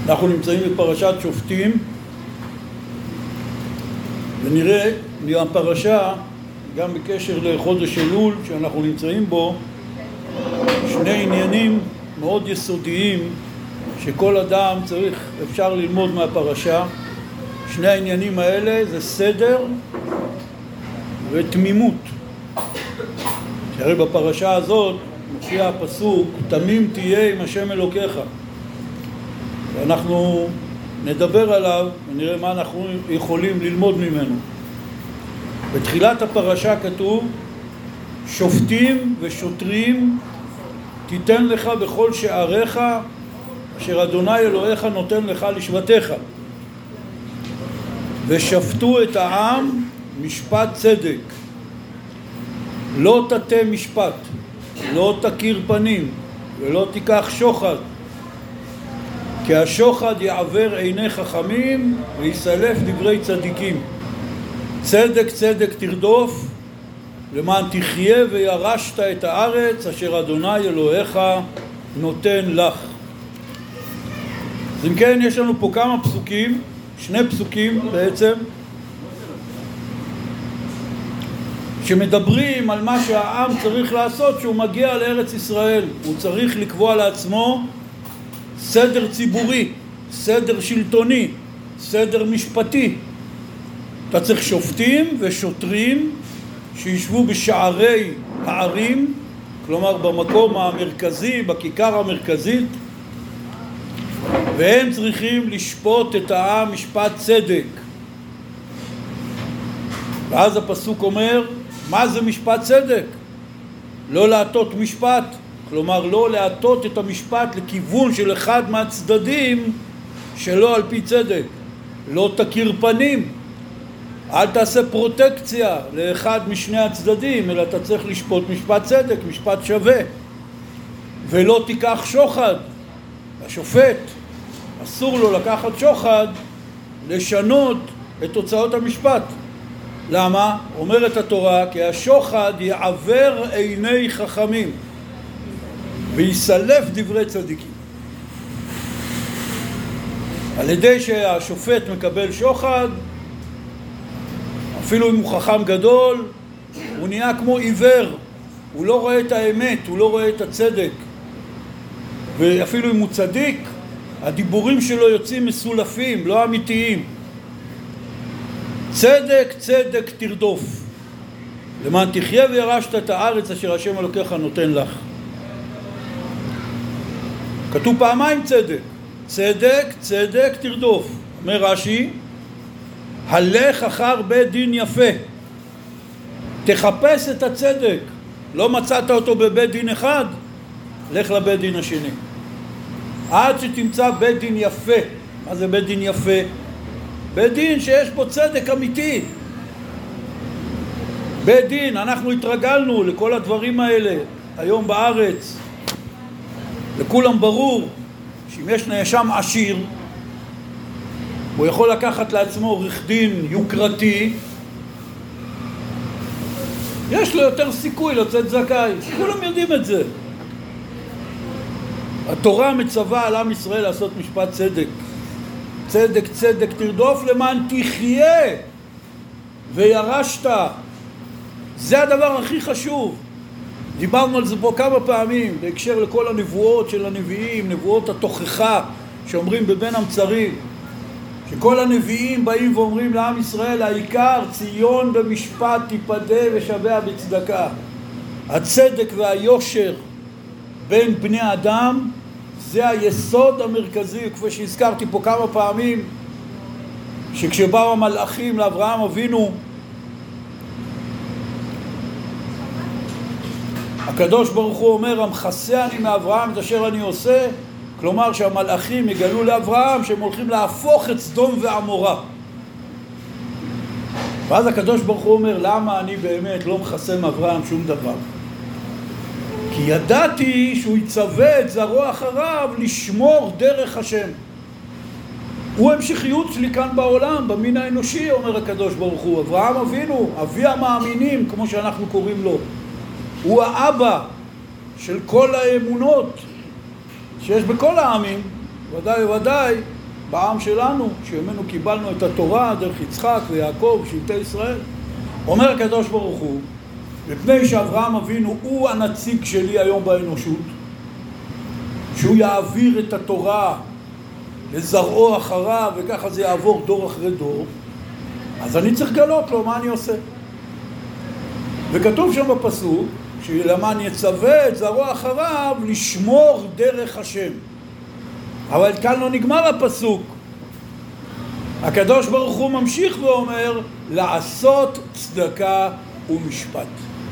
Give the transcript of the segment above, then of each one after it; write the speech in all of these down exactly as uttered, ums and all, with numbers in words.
אנחנו נמצאים בפרשת שופטים, ונראה מהפרשה, גם בקשר לחודש אלול שאנחנו נמצאים בו, שני עניינים מאוד יסודיים שכל אדם צריך, אפשר ללמוד מהפרשה. שני העניינים האלה זה סדר ותמימות. שהרי בפרשה הזאת מופיע הפסוק, תמים תהיה עם השם אלוקיך. ואנחנו נדבר עליו ונראה מה אנחנו יכולים ללמוד ממנו. בתחילת הפרשה כתוב, שופטים ושוטרים תיתן לך בכל שעריך, אשר אדוני אלוהיך נותן לך לשבטיך. ושפטו את העם משפט צדק. לא תטה משפט, לא תכיר פנים, ולא תיקח שוחד. כי השוחד יעבר עיני חכמים ויסלף דברי צדיקים. צדק צדק תרדוף, למען תחיה וירשת את הארץ אשר אדוני אלוהיך נותן לך. אז אם כן, יש לנו פה כמה פסוקים, שני פסוקים בעצם, שמדברים על מה שהעם צריך לעשות שהוא מגיע לארץ ישראל. הוא צריך לקבוע לעצמו סדר ציבורי, סדר שלטוני, סדר משפטי. אתה צריך שופטים ושוטרים שישבו בשערי הערים, כלומר במקום המרכזי, בכיכר המרכזית, והם צריכים לשפוט את העם משפט צדק. ואז הפסוק אומר, מה זה משפט צדק? לא להטות משפט, כלומר לא להטות את המשפט לכיוון של אחד מהצדדים שלא על פי צדק. לא תכיר פנים, אל תעשה פרוטקציה לאחד משני הצדדים, אלא אתה צריך לשפוט משפט צדק, משפט שווה. ולא תיקח שוחד. השופט אסור לו לקחת שוחד, לשנות את תוצאות המשפט. למה? אומרת התורה, כי השוחד יעבר עיני חכמים ויסלף דברי צדיקים. על ידי שהשופט מקבל שוחד, אפילו אם הוא חכם גדול, הוא נהיה כמו עיוור, הוא לא רואה את האמת, הוא לא רואה את הצדק. ואפילו אם הוא צדיק, הדיבורים שלו יוצאים מסולפים, לא אמיתיים. צדק צדק תרדוף, למען תחיה וירשת את הארץ אשר השם אלוקיך נותן לך. כתוב פעמיים צדק, צדק צדק תרדוף. אומר רש"י, הלך אחר בית דין יפה, תחפש את הצדק. לא מצאת אותו בבית דין אחד, לך לבית דין השני, עד שתמצא בית דין יפה. מה זה בית דין יפה? בית דין שיש בו צדק אמיתי. בית דין, אנחנו התרגלנו לכל הדברים האלה היום בארץ. לכולם ברור שאם יש נאשם עשיר, הוא יכול לקחת לעצמו עורך דין יוקרתי, יש לו יותר סיכוי לצאת זכאי. כולם יודעים את זה. התורה מצווה על עם ישראל לעשות משפט צדק. צדק צדק תרדוף, למען תחיה וירשת. זה הדבר הכי חשוב. דיברנו על זה פה כמה פעמים בהקשר לכל הנבואות של הנביאים, נבואות התוכחה שאומרים בבין המצרים, שכל הנביאים באים ואומרים לעם ישראל, העיקר ציון במשפט תיפדה ושבע בצדקה. הצדק והיושר בין בני אדם זה היסוד המרכזי. כפי שהזכרתי פה כמה פעמים, שכשבאו המלאכים לאברהם אבינו, הקדוש ברוך הוא אומר, המחסה אני מאברהם את אשר אני עושה. כלומר שהמלאכים יגלו לאברהם שהם הולכים להפוך את סדום ועמורה. ואז הקדוש ברוך הוא אומר, למה אני באמת לא מחסה מאברהם שום דבר? כי ידעתי שהוא יצווה את זרוע אחריו לשמור דרך השם. הוא המשכיות שלי כאן בעולם, במין האנושי, אומר הקדוש ברוך הוא. אברהם אבינו, אבי המאמינים, כמו שאנחנו קוראים לו, הוא האבא של כל האמונות שיש בכל העמים, ודאי ודאי בעם שלנו, שממנו קיבלנו את התורה דרך יצחק ויעקב, שבטי ישראל. אומר הקדוש ברוך הוא, מפני שאברהם אבינו הוא הנציג שלי היום באנושות, שהוא יעביר את התורה לזרעו אחריו, וככה זה יעבור דור אחרי דור, אז אני צריך לגלות לו מה אני עושה. וכתוב שם בפסוק, שלמען יצווה את זרעו אחריו לשמור דרך השם. אבל כאן לא נגמר הפסוק. הקדוש ברוך הוא ממשיך ואומר, לעשות צדקה ומשפט.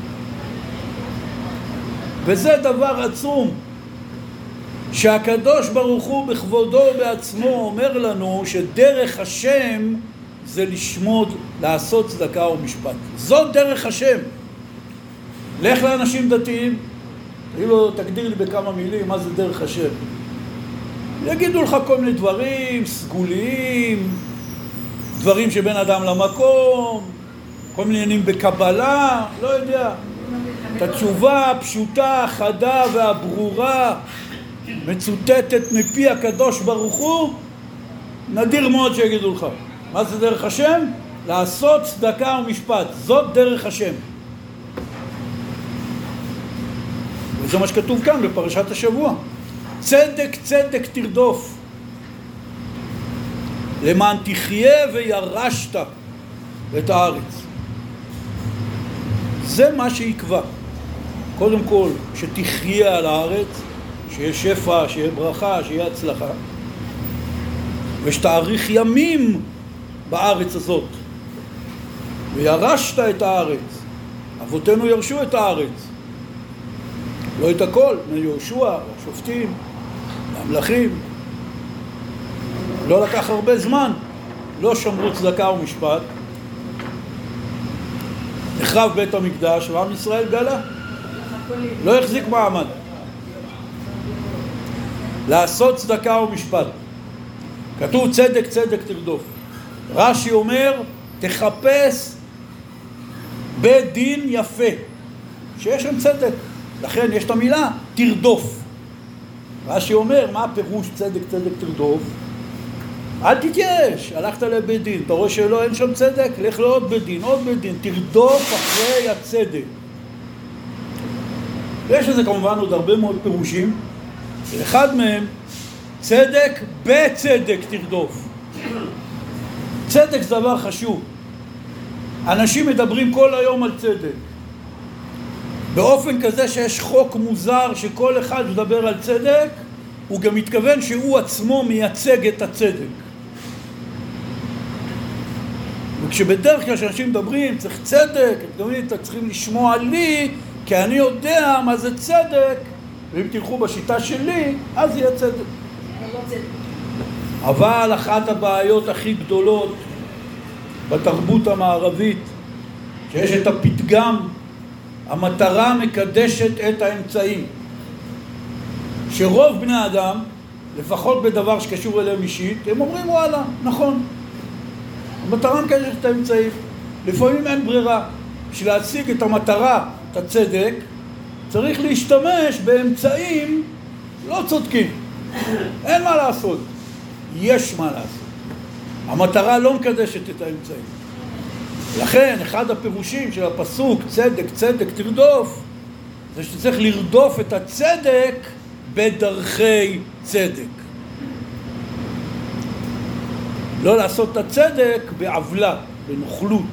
וזה דבר עצום, שהקדוש ברוך הוא בכבודו בעצמו אומר לנו שדרך השם זה לשמוד, לעשות צדקה ומשפט. זאת דרך השם. לך לאנשים דתיים, תגידו, תגדיר לי בכמה מילים מה זה דרך השם. יגידו לך כל מיני דברים סגוליים, דברים שבין אדם למקום, כל מיני עניינים בקבלה, לא יודע. את התשובה הפשוטה, החדה והברורה, מצוטטת מפי הקדוש ברוך הוא, נדיר מאוד שיגידו לך. מה זה דרך השם? לעשות צדקה ומשפט. זאת דרך השם. וזה מה שכתוב כאן בפרשת השבוע. צדק צדק תרדוף, למען תחיה וירשת את הארץ. זה מה שיקבע. קודם כל, שתחיה על הארץ, שיהיה שפע, שיהיה ברכה, שיהיה הצלחה, ושתאריך ימים בארץ הזאת. וירשת את הארץ. אבותינו ירשו את הארץ. לא את הכל, מיהושע, השופטים, המלכים. לא לקח הרבה זמן, לא שמרו צדקה ומשפט. נחרב בית המקדש ועם ישראל גלה. לא החזיק מעמד. לעשות צדקה ומשפט. כתוב צדק צדק תרדוף. רש"י אומר, תחפש בית דין יפה, שיש שם צדק. לכן יש את המילה תרדוף. רש"י אומר, מה הפירוש צדק צדק תרדוף? אל תתייאש, הלכת לבית דין, אתה רואה שלא, אין שם צדק, לך לעוד בית דין, עוד בית דין, תרדוף אחרי הצדק. ויש לזה כמובן עוד הרבה מאוד פירושים, אחד מהם, צדק בצדק תרדוף. צדק זה דבר חשוב. אנשים מדברים כל היום על צדק. באופן כזה שיש חוק מוזר שכל אחד מדבר על צדק, הוא גם מתכוון שהוא עצמו מייצג את הצדק. וכשבדרך כלל שאנשים מדברים, צריך צדק, אתם צריכים לשמוע לי, כי אני יודע מה זה צדק, ואם תלכו בשיטה שלי, אז יהיה צדק. אבל אחת הבעיות הכי גדולות בתרבות המערבית, שיש את הפתגם, המטרה מקדשת את האמצעים. שרוב בני אדם, לפחות בדבר שקשור אליהם אישית, הם אומרים וואלה, נכון. המטרה מקדשת את האמצעים. לפעמים אין ברירה. בשביל להשיג את המטרה, את הצדק, צריך להשתמש באמצעים לא צודקים. אין מה לעשות. יש מה לעשות. המטרה לא מקדשת את האמצעים. לכן, אחד הפירושים של הפסוק, צדק, צדק, תרדוף, זה שצריך לרדוף את הצדק בדרכי צדק. לא לעשות את הצדק בעוולה, בנוכלות.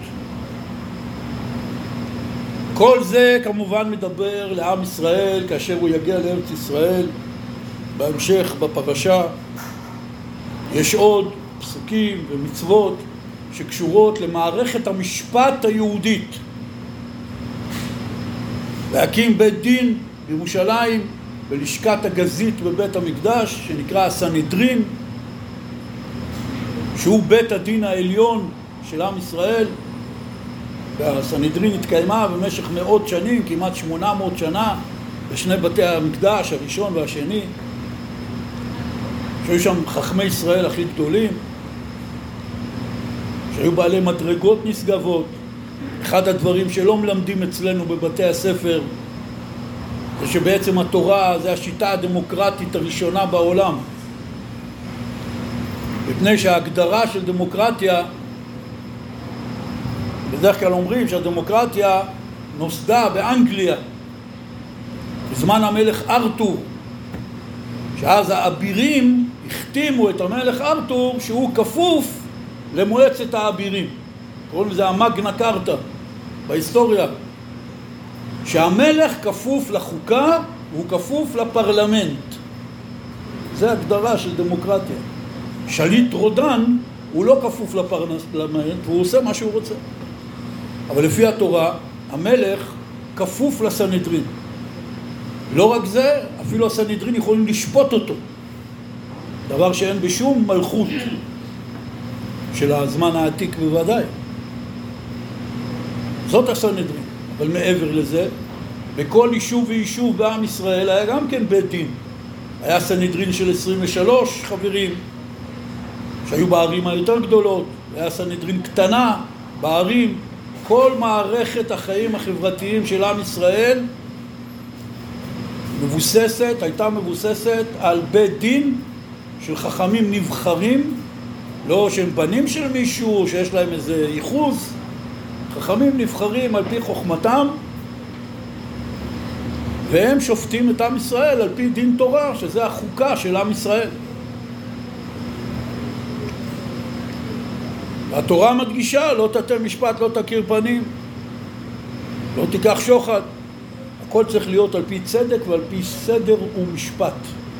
כל זה כמובן מדבר לעם ישראל כאשר הוא יגיע לארץ ישראל. בהמשך בפרשה יש עוד פסוקים ומצוות שקשורות למערכת המשפט היהודית. להקים בית דין בירושלים בלשכת הגזית בבית המקדש שנקרא הסנהדרין, שהוא בית הדין העליון של עם ישראל. והסנהדרין התקיימה במשך מאות שנים, כמעט שמונה מאות שנה, בשני בתי המקדש, הראשון והשני, שהיו שם חכמי ישראל הכי גדולים, שהיו בעלי מדרגות נשגבות. אחד הדברים שלא מלמדים אצלנו בבתי הספר, זה שבעצם התורה זה השיטה הדמוקרטית הראשונה בעולם. מפני שההגדרה של דמוקרטיה, בדרך כלל אומרים שהדמוקרטיה נוסדה באנגליה בזמן המלך ארתור, שאז האבירים החתימו את המלך ארתור שהוא כפוף למועצת האבירים. קוראים לזה המגנה קרטה בהיסטוריה, שהמלך כפוף לחוקה והוא כפוף לפרלמנט. זה הגדרה של דמוקרטיה. שליט רודן הוא לא כפוף לפרלמנט והוא עושה מה שהוא רוצה. אבל לפי התורה המלך כפוף לסנהדרין. לא רק זה, אפילו הסנהדרין יכולים לשפוט אותו, דבר שאין בשום מלכות של הזמן העתיק בוודאי. זאת הסנהדרין. אבל מעבר לזה, בכל יישוב ויישוב בעם ישראל היה גם כן בית דין. היה סנהדרין של עשרים ושלוש חברים שהיו בערים היותר גדולות, היה סנהדרין קטנה בערים. כל מערכת החיים החברתיים של עם ישראל מבוססת, הייתה מבוססת על בית דין של חכמים נבחרים, לא שהם בנים של מישהו שיש להם איזה ייחוס, חכמים נבחרים על פי חוכמתם, והם שופטים את עם ישראל על פי דין תורה, שזה החוקה של עם ישראל. והתורה מדגישה, לא תטה משפט, לא תכיר פנים, לא תיקח שוחד. הכל צריך להיות על פי צדק ועל פי סדר ומשפט.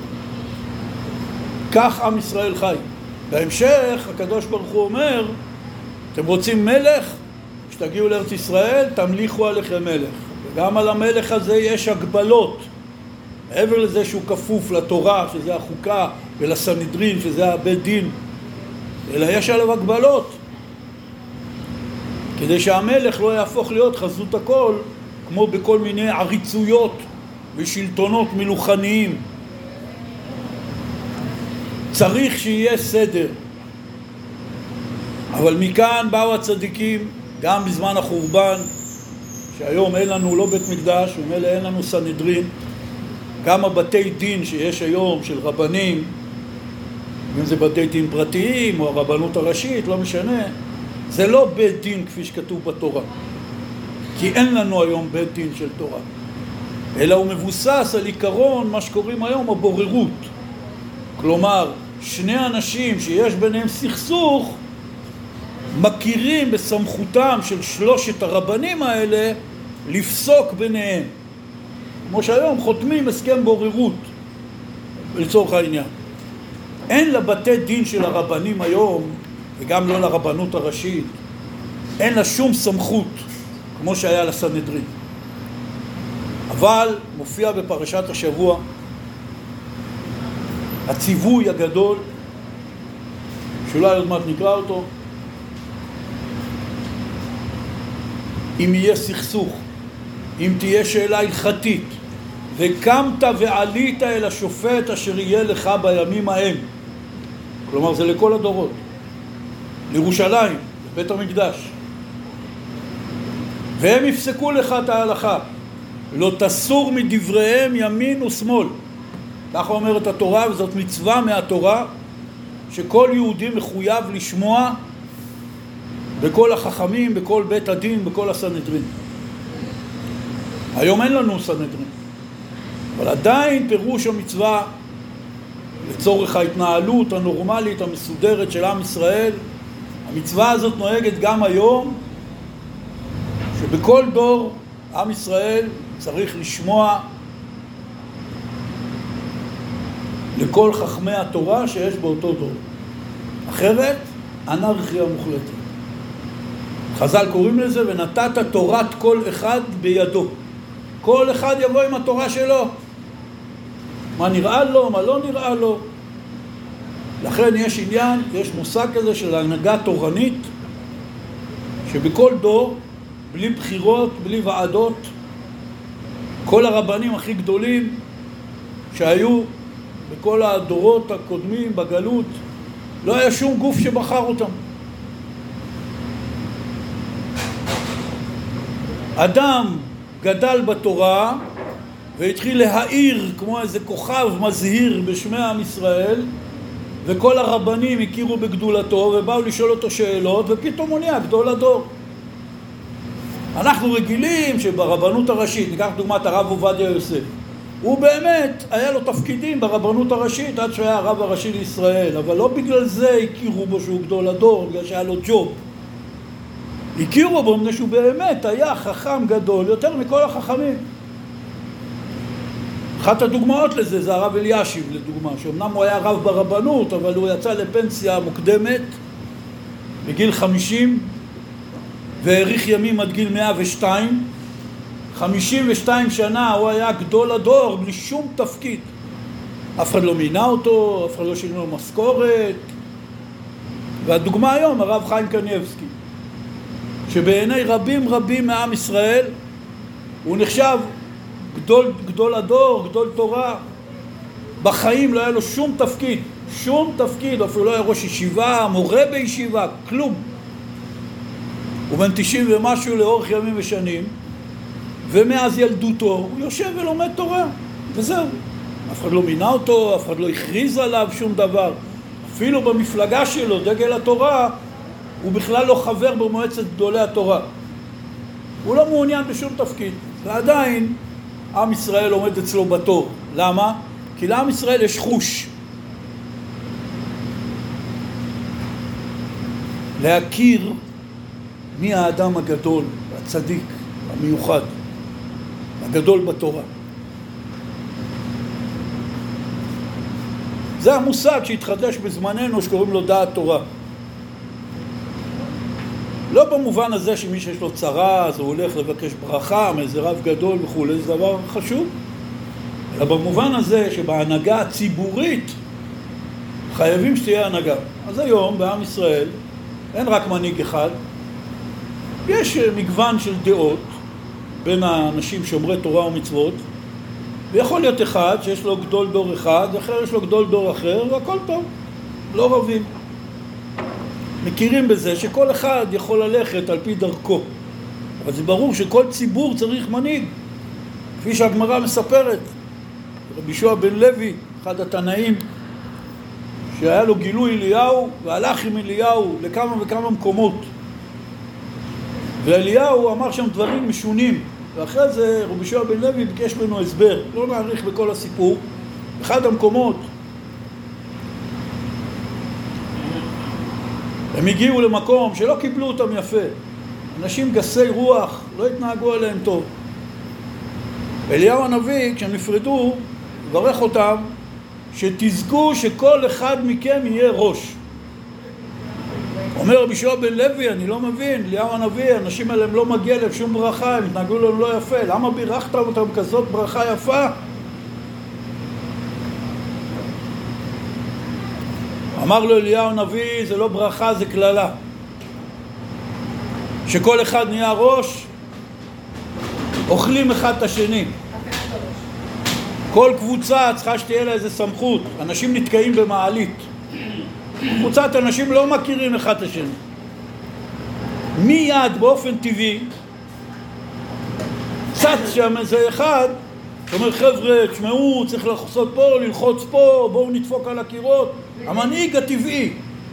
כך עם ישראל חי. בהמשך הקדוש ברוך הוא אומר, אתם רוצים מלך? כשתגיעו לארץ ישראל תמליכו עליכם מלך. וגם על המלך הזה יש הגבלות. מעבר לזה שהוא כפוף לתורה, שזה החוקה, ולסנהדרין, שזה הבית דין, אלא יש עליו הגבלות, כדי שהמלך לא יהפוך להיות חזות הכל, כמו בכל מיני עריצויות ושלטונות מלוכניים. צריך שיהיה סדר. אבל מכאן באו הצדיקים, גם בזמן החורבן, שהיום אין לנו לא בית מקדש, ומילא אין לנו סנהדרין, גם הבתי דין שיש היום של רבנים, אם זה בתי דין פרטיים או הרבנות הראשית, לא משנה, זה לא בית דין כפי שכתוב בתורה. כי אין לנו היום בית דין של תורה. אלא הוא מבוסס על עיקרון מה שקוראים היום הבוררות. כלומר, שני אנשים שיש ביניהם סכסוך, מכירים בסמכותם של שלושת הרבנים האלה לפסוק ביניהם. כמו שהיום חותמים הסכם בוררות לצורך העניין. אין לבתי דין של הרבנים היום, וגם לא לרבנות הראשית, אין לה שום סמכות כמו שהיה לסנהדרין. אבל מופיע בפרשת השבוע הציווי הגדול, שאולי עוד מעט נקרא אותו, אם יהיה סכסוך, אם תהיה שאלה הלכתית, וקמת ועלית אל השופט אשר יהיה לך בימים ההם. כלומר זה לכל הדורות, לירושלים, לבית המקדש, והם יפסקו לך את ההלכה, לא תסור מדבריהם ימין ושמאל. ככה אומרת התורה, וזאת מצווה מהתורה שכל יהודי מחויב לשמוע בכל החכמים, בכל בית הדין, בכל הסנהדרין. היום אין לנו סנהדרין, אבל עדיין פירוש המצווה לצורך ההתנהלות הנורמלית המסודרת של עם ישראל, המצווה הזאת נוהגת גם היום, שבכל דור עם ישראל צריך לשמוע לכל חכמי התורה שיש באותו דור. אחרת, אנרכיה מוחלטת. חז"ל קוראים לזה, ונתת תורת כל אחד בידו. כל אחד יבוא עם התורה שלו. מה נראה לו, מה לא נראה לו. לכן יש עניין, יש מושג כזה של הנהגה תורנית, שבכל דור, בלי בחירות, בלי ועדות, כל הרבנים הכי גדולים שהיו בכל הדורות הקודמים בגלות, לא היה שום גוף שבחר אותם. אדם גדל בתורה והתחיל להאיר כמו איזה כוכב מזהיר בשמי עם ישראל, וכל הרבנים הכירו בגדולתו ובאו לשאול אותו שאלות, ופתאום הוא נהיה גדול הדור. אנחנו רגילים שברבנות הראשית, ניקח דוגמת הרב עובדיה יוסף, הוא באמת היה לו תפקידים ברבנות הראשית עד שהיה הרב הראשי לישראל, אבל לא בגלל זה הכירו בו שהוא גדול הדור, בגלל שהיה לו ג'וב. הכירו בו מפני שהוא באמת היה חכם גדול יותר מכל החכמים. אחת הדוגמאות לזה זה הרב אלישיב לדוגמה, שאומנם הוא היה רב ברבנות, אבל הוא יצא לפנסיה מוקדמת בגיל חמישים והאריך ימים עד גיל מאה ושתיים. חמישים ושתיים שנה הוא היה גדול הדור בלי שום תפקיד. אף אחד לא מינה אותו, אף אחד לא שילם לו משכורת. והדוגמה היום הרב חיים קניבסקי, שבעיני רבים רבים מעם ישראל הוא נחשב גדול, גדול הדור, גדול תורה. בחיים לא היה לו שום תפקיד, שום תפקיד, אפילו לא היה ראש ישיבה, מורה בישיבה, כלום. הוא בן תשעים ומשהו לאורך ימים ושנים, ומאז ילדותו הוא יושב ולומד תורה, וזהו. אף אחד לא מינה אותו, אף אחד לא הכריז עליו שום דבר. אפילו במפלגה שלו, דגל התורה, הוא בכלל לא חבר במועצת גדולי התורה. הוא לא מעוניין בשום תפקיד. ועדיין עם ישראל עומד אצלו בתור. למה? כי לעם ישראל יש חוש. להכיר מי האדם הגדול, הצדיק, המיוחד, הגדול בתורה. זה המושג שהתחדש בזמננו שקוראים לו דעת תורה. לא במובן הזה שמי שיש לו צרה אז הוא הולך לבקש ברכה מאיזה רב גדול וכו', זה דבר חשוב, אלא במובן הזה שבהנהגה הציבורית חייבים שתהיה הנהגה. אז היום בעם ישראל אין רק מנהיג אחד, יש מגוון של דעות בין האנשים שומרי תורה ומצוות, ויכול להיות אחד שיש לו גדול דור אחד, ואחר יש לו גדול דור אחר, והכל טוב, לא רבים. מכירים בזה שכל אחד יכול ללכת על פי דרכו, אבל זה ברור שכל ציבור צריך מנהיג, כפי שהגמרא מספרת. רבי יהושע בן לוי, אחד התנאים, שהיה לו גילוי אליהו, והלך עם אליהו לכמה וכמה מקומות, ואליהו אמר שם דברים משונים, ואחרי זה רבי יהושע בן לוי ביקש ממנו הסבר. לא נאריך בכל הסיפור. אחד המקומות הם הגיעו למקום שלא קיבלו אותם יפה, אנשים גסי רוח, לא התנהגו עליהם טוב. אליהו הנביא כשהם נפרדו ברך אותם שתזכו שכל אחד מכם יהיה ראש. אומר רבי יהושע בן לוי, אני לא מבין, אליהו הנביא, אנשים האלה לא מגיע להם שום ברכה, הם התנהגו לנו לא יפה, למה בירכת אותם כזאת ברכה יפה? אמר לו אליהו הנביא, זה לא ברכה, זה כללה. שכל אחד נהיה ראש, אוכלים אחד את השני. כל קבוצה צריכה שתהיה לה איזה סמכות. אנשים נתקעים במעלית, קבוצת אנשים לא מכירים אחד את השני, מיד באופן טבעי צץ שם איזה אחד שאומר, חבר'ה, תשמעו, צריך לחסות פה, ללחוץ פה, בואו נדפוק על הקירות. המנהיג הטבעי.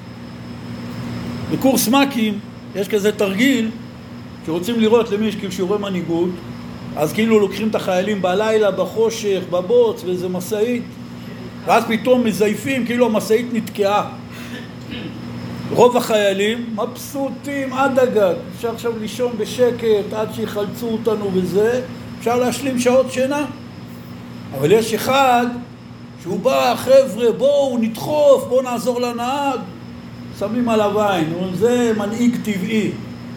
בקורס מקים יש כזה תרגיל שרוצים לראות למי יש כאילו שיעורי מנהיגות, אז כאילו לוקחים את החיילים בלילה, בחושך, בבוץ, באיזה מסעית, ואז פתאום מזייפים כאילו המסעית נתקעה. רוב החיילים מבסוטים עד הגג, אפשר עכשיו לישון בשקט עד שיחלצו אותנו וזה, אפשר להשלים שעות שינה. אבל יש אחד שהוא בא, חבר'ה, בואו נדחוף, בואו נעזור לנהג, שמים עליו עין, זה מנהיג טבעי.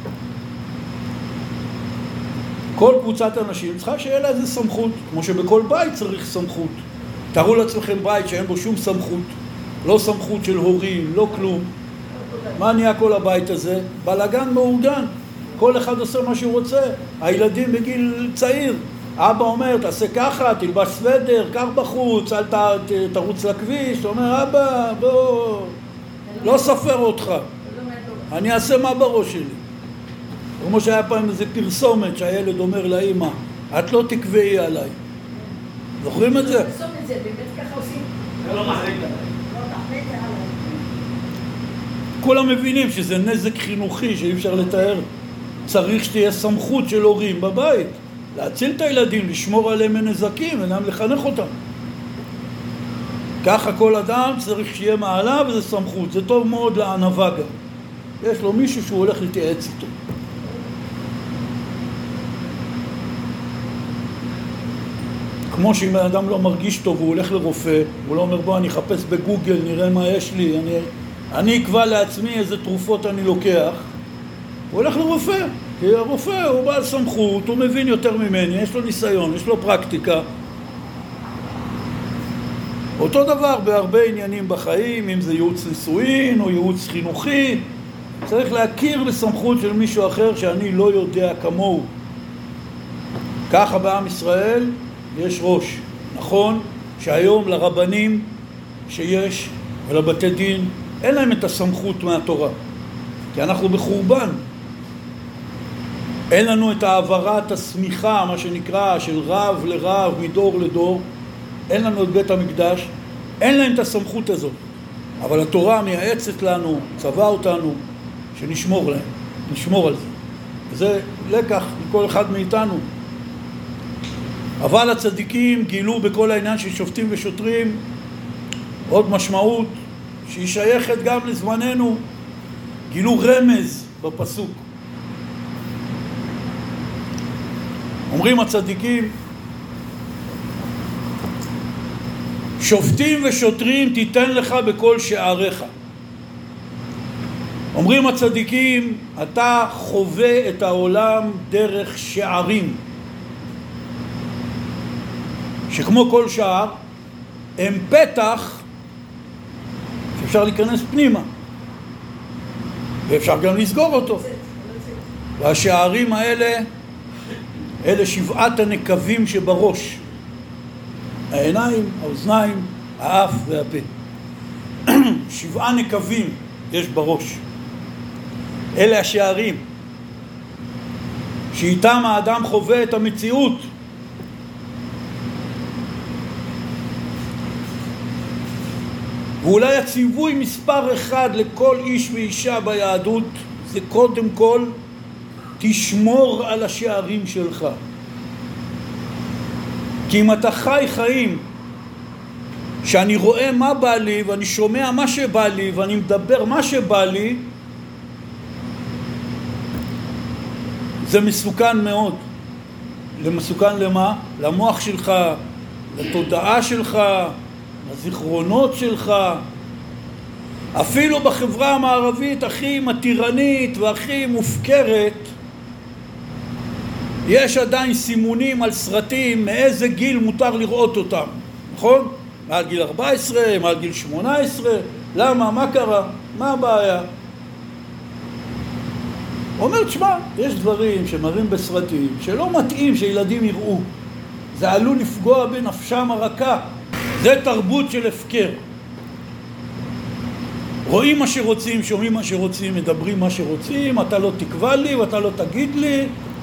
כל קבוצת אנשים צריכה שיהיה לה איזה סמכות, כמו שבכל בית צריך סמכות. תראו לעצמכם בית שאין בו שום סמכות, לא סמכות של הורים, לא כלום. מה נהיה כל הבית הזה? בלגן מאורגן, כל אחד עושה מה שהוא רוצה. הילדים בגיל צעיר, אבא אומר, תעשה ככה, תלבש סוודר, קר בחוץ, אל ת, ת, תרוץ לכביש. אתה אומר, אבא, בוא, לא ספר אותך, אני אעשה מה בראש שלי. כמו שהיה פעם איזה פרסומת שהילד אומר לאמא, את לא תקבעי עליי. זוכרים את זה? פרסומת זה, באמת ככה עושים. לא מחליט עליי. לא תחליט עליי. כולם מבינים שזה נזק חינוכי שאי אפשר לתאר. צריך שתהיה סמכות של הורים בבית, להציל את הילדים, לשמור עליהם מנזקים, וגם לחנך אותם. ככה כל אדם צריך שיהיה מעלה, וזה סמכות. זה טוב מאוד לענווה גם. יש לו מישהו שהוא הולך להתייעץ איתו. כמו שאם האדם לא מרגיש טוב, הוא הולך לרופא, הוא לא אומר בוא אני אחפש בגוגל, נראה מה יש לי, אני, אני אקבע לעצמי איזה תרופות אני לוקח. הוא הולך לרופא, כי הרופא הוא בעל סמכות, הוא מבין יותר ממני, יש לו ניסיון, יש לו פרקטיקה. אותו דבר בהרבה עניינים בחיים, אם זה ייעוץ נישואין או ייעוץ חינוכי, צריך להכיר בסמכות של מישהו אחר שאני לא יודע כמוהו. ככה בעם ישראל יש ראש. נכון שהיום לרבנים שיש ולבתי דין אין להם את הסמכות מהתורה, כי אנחנו בחורבן. אין לנו את העברת הסמיכה, מה שנקרא, של רב לרב, מדור לדור. אין לנו את בית המקדש, אין להם את הסמכות הזאת. אבל התורה מייעצת לנו, צבא אותנו, שנשמור להם, נשמור על זה. וזה לקח לכל אחד מאיתנו. אבל הצדיקים גילו בכל העניין של שופטים ושוטרים עוד משמעות שהיא שייכת גם לזמננו. גילו רמז בפסוק. אומרים הצדיקים, שופטים ושוטרים תיתן לך בכל שעריך. אומרים הצדיקים, אתה חווה את העולם דרך שערים, שכמו כל שער הם פתח שאפשר להיכנס פנימה ואפשר גם לסגור אותו. והשערים האלה אלה שבעת הנקבים שבראש, העיניים, האוזניים, האף והפה. שבעה נקבים יש בראש. אלה השערים שאיתם האדם חווה את המציאות. ואולי הציווי מספר אחד לכל איש ואישה ביהדות זה קודם כל תשמור על השערים שלך. כי אם אתה חי חיים שאני רואה מה בא לי ואני שומע מה שבא לי ואני מדבר מה שבא לי, זה מסוכן מאוד. למסוכן למה? למוח שלך, לתודעה שלך, לזיכרונות שלך. אפילו בחברה המערבית הכי מתירנית והכי מופקרת, יש עדיין סימונים על סרטים מאיזה גיל מותר לראות אותם, נכון? מעל גיל ארבע עשרה, מעל גיל שמונה עשרה. למה? מה קרה? מה הבעיה? אומר, תשמע, יש דברים שמראים בסרטים שלא מתאים שילדים יראו. זה עלול לפגוע בנפשם הרכה. זה תרבות של הפקר. רואים מה שרוצים, שומעים מה שרוצים, מדברים מה שרוצים, אתה לא תקבע לי ואתה לא תגיד לי.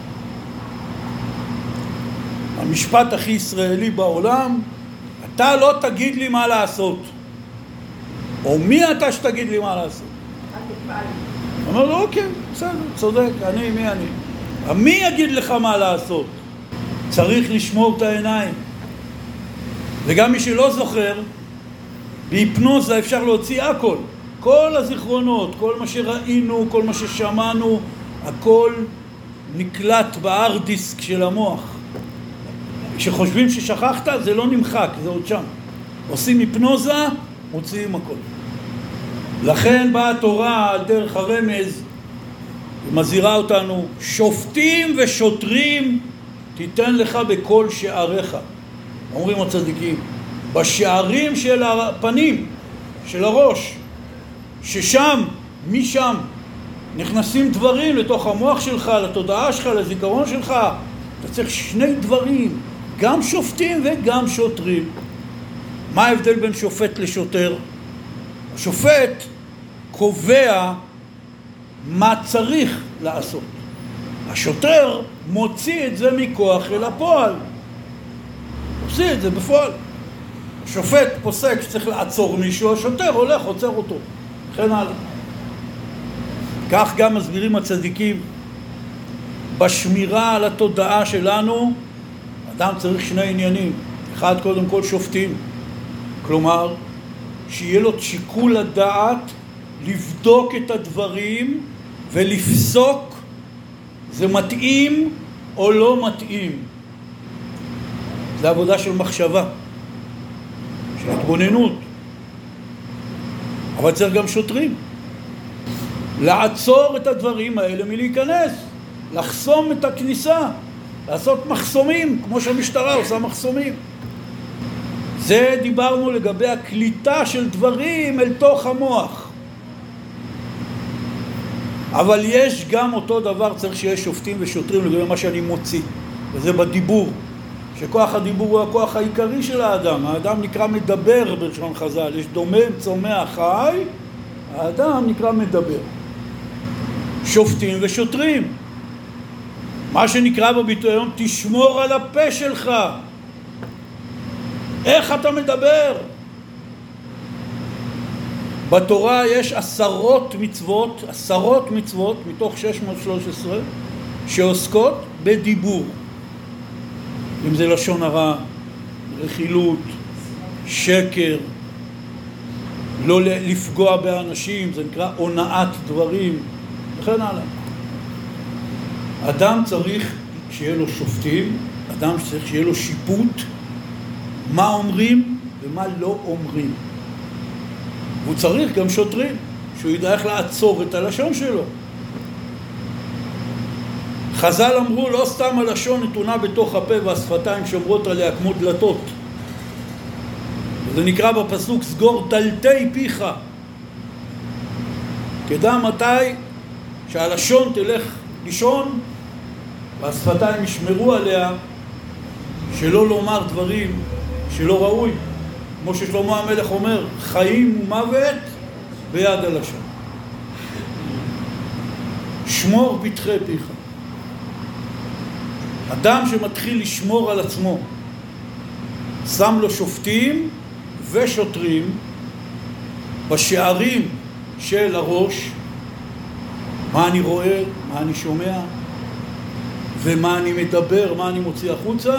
המשפט הכי ישראלי בעולם, אתה לא תגיד לי מה לעשות. או מי אתה שתגיד לי מה לעשות? אומר לו, אוקיי, בסדר, צודק, אני, מי אני? מי יגיד לך מה לעשות? צריך לשמור את העיניים. וגם מי שלא זוכר, בהיפנוזה אפשר להוציא הכל. כל הזיכרונות, כל מה שראינו, כל מה ששמענו, הכל נקלט בהארד דיסק של המוח. כשחושבים ששכחת, זה לא נמחק, זה עוד שם. עושים היפנוזה, מוציאים הכל. לכן באה התורה על דרך הרמז, ומזהירה אותנו, שופטים ושוטרים תיתן לך בכל שעריך. אומרים הצדיקים, בשערים של הפנים, של הראש, ששם, משם, נכנסים דברים לתוך המוח שלך, לתודעה שלך, לזיכרון שלך. אתה צריך שני דברים, גם שופטים וגם שוטרים. מה ההבדל בין שופט לשוטר? השופט קובע מה צריך לעשות. השוטר מוציא את זה מכוח אל הפועל. עושה את זה בפועל. השופט פוסק שצריך לעצור מישהו, השוטר הולך, עוצר אותו. וכן הלאה. כך גם מסבירים הצדיקים, בשמירה על התודעה שלנו, אדם צריך שני עניינים. אחד, קודם כל שופטים. כלומר, שיהיה לו שיקול הדעת לבדוק את הדברים ולפסוק זה מתאים או לא מתאים. זה עבודה של מחשבה, של התבוננות. אבל צריך גם שוטרים. לעצור את הדברים האלה מלהיכנס, לחסום את הכניסה, לעשות מחסומים, כמו שהמשטרה עושה מחסומים. זה דיברנו לגבי הקליטה של דברים אל תוך המוח. אבל יש גם אותו דבר, צריך שיש שופטים ושוטרים לגבי מה שאני מוציא. וזה בדיבור, שכוח הדיבור הוא הכוח העיקרי של האדם. האדם נקרא מדבר בלשון חז"ל. יש דומם, צומח, חי, האדם נקרא מדבר. שופטים ושוטרים. מה שנקרא בביטוי היום, תשמור על הפה שלך. איך אתה מדבר? בתורה יש עשרות מצוות, עשרות מצוות מתוך שש מאות ושלוש עשרה שעוסקות בדיבור. אם זה לשון הרע, רכילות, שקר, לא לפגוע באנשים, זה נקרא הונאת דברים, וכן הלאה. אדם צריך שיהיה לו שופטים, אדם צריך שיהיה לו שיפוט, מה אומרים ומה לא אומרים. והוא צריך גם שוטרים, שהוא ידע איך לעצור את הלשון שלו. חז"ל אמרו, לא סתם הלשון נתונה בתוך הפה והשפתיים שומרות עליה כמו דלתות. זה נקרא בפסוק, סגור דלתי פיך. תדע מתי שהלשון תלך לישון, והשפתיים ישמרו עליה, שלא לומר דברים שלא ראוי. כמו ששלמה המלך אומר, חיים ומוות ביד הלשון. שמור פתחי פיך. אדם שמתחיל לשמור על עצמו, שם לו שופטים ושוטרים בשערים של הראש, מה אני רואה, מה אני שומע, ומה אני מדבר, מה אני מוציא החוצה.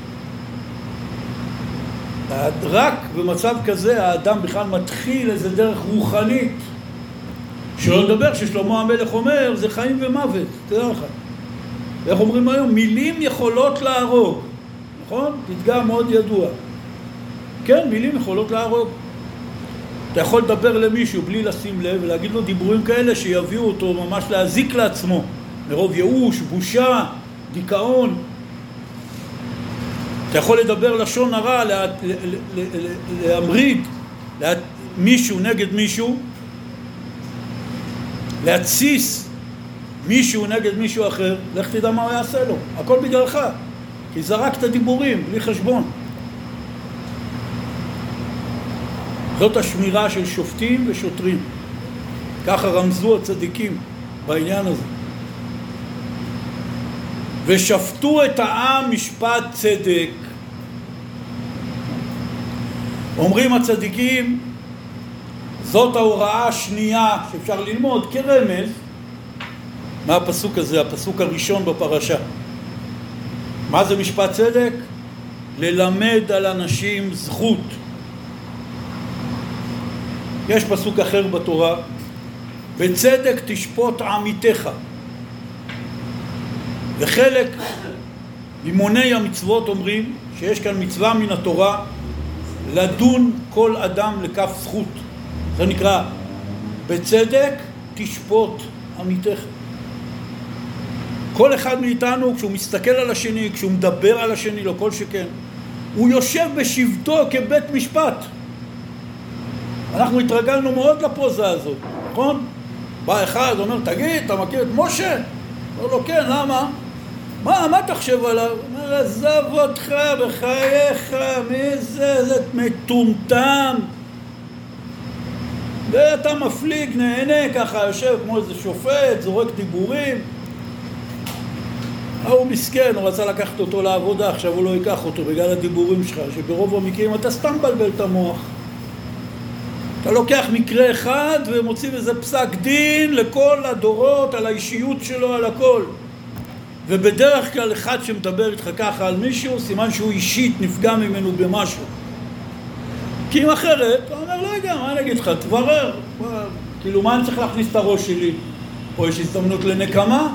רק במצב כזה האדם בכלל מתחיל איזה דרך רוחנית, שלא לדבר ששלמה המלך אומר זה חיים ומוות. תדע לך, איך אומרים היום? מילים יכולות להרוג, נכון? פתגם מאוד ידוע. כן, מילים יכולות להרוג. אתה יכול לדבר למישהו בלי לשים לב ולהגיד לו דיבורים כאלה שיביאו אותו ממש להזיק לעצמו, מרוב ייאוש, בושה, דיכאון. אתה יכול לדבר לשון הרע, לה, לה, לה, להמריד לה, מישהו נגד מישהו, להציס מישהו נגד מישהו אחר, לך תדע מה הוא יעשה לו. הכל בגללך, כי זרקת דיבורים בלי חשבון. זאת השמירה של שופטים ושוטרים. ככה רמזו הצדיקים בעניין הזה. ושפטו את העם משפט צדק. אומרים הצדיקים, זאת ההוראה השנייה שאפשר ללמוד כרמז מהפסוק הזה, הפסוק הראשון בפרשה. מה זה משפט צדק? ללמד על אנשים זכות. יש פסוק אחר בתורה, בצדק תשפוט עמיתך. וחלק ממוני המצוות אומרים שיש כאן מצווה מן התורה לדון כל אדם לכף זכות. זה נקרא בצדק תשפוט עמיתך. כל אחד מאיתנו כשהוא מסתכל על השני, כשהוא מדבר על השני, לא כל שכן, הוא יושב בשבתו כבית משפט. אנחנו התרגלנו מאוד לפוזה הזאת, נכון? בא אחד, אומר, תגיד, אתה מכיר את משה? אומר לו, כן, למה? מה, מה תחשב עליו? אומר, עזב אותך בחייך, מי זה? זה מטומטם. ואתה מפליג, נהנה, ככה יושב כמו איזה שופט, זורק דיבורים. הוא מסכן, הוא רצה לקחת אותו לעבודה, עכשיו הוא לא ייקח אותו בגלל הדיבורים שלך, שברוב המקרים אתה סתם בלבל את המוח. אתה לוקח מקרה אחד ומוציא איזה פסק דין לכל הדורות, על האישיות שלו, על הכל. ובדרך כלל אחד שמדבר איתך ככה על מישהו, סימן שהוא אישית נפגע ממנו במשהו. כי אם אחרת, אתה אומר, לא יודע, מה אני אגיד לך, תברר. כאילו, מה אני צריך להכניס את הראש שלי? פה יש הזדמנות לנקמה.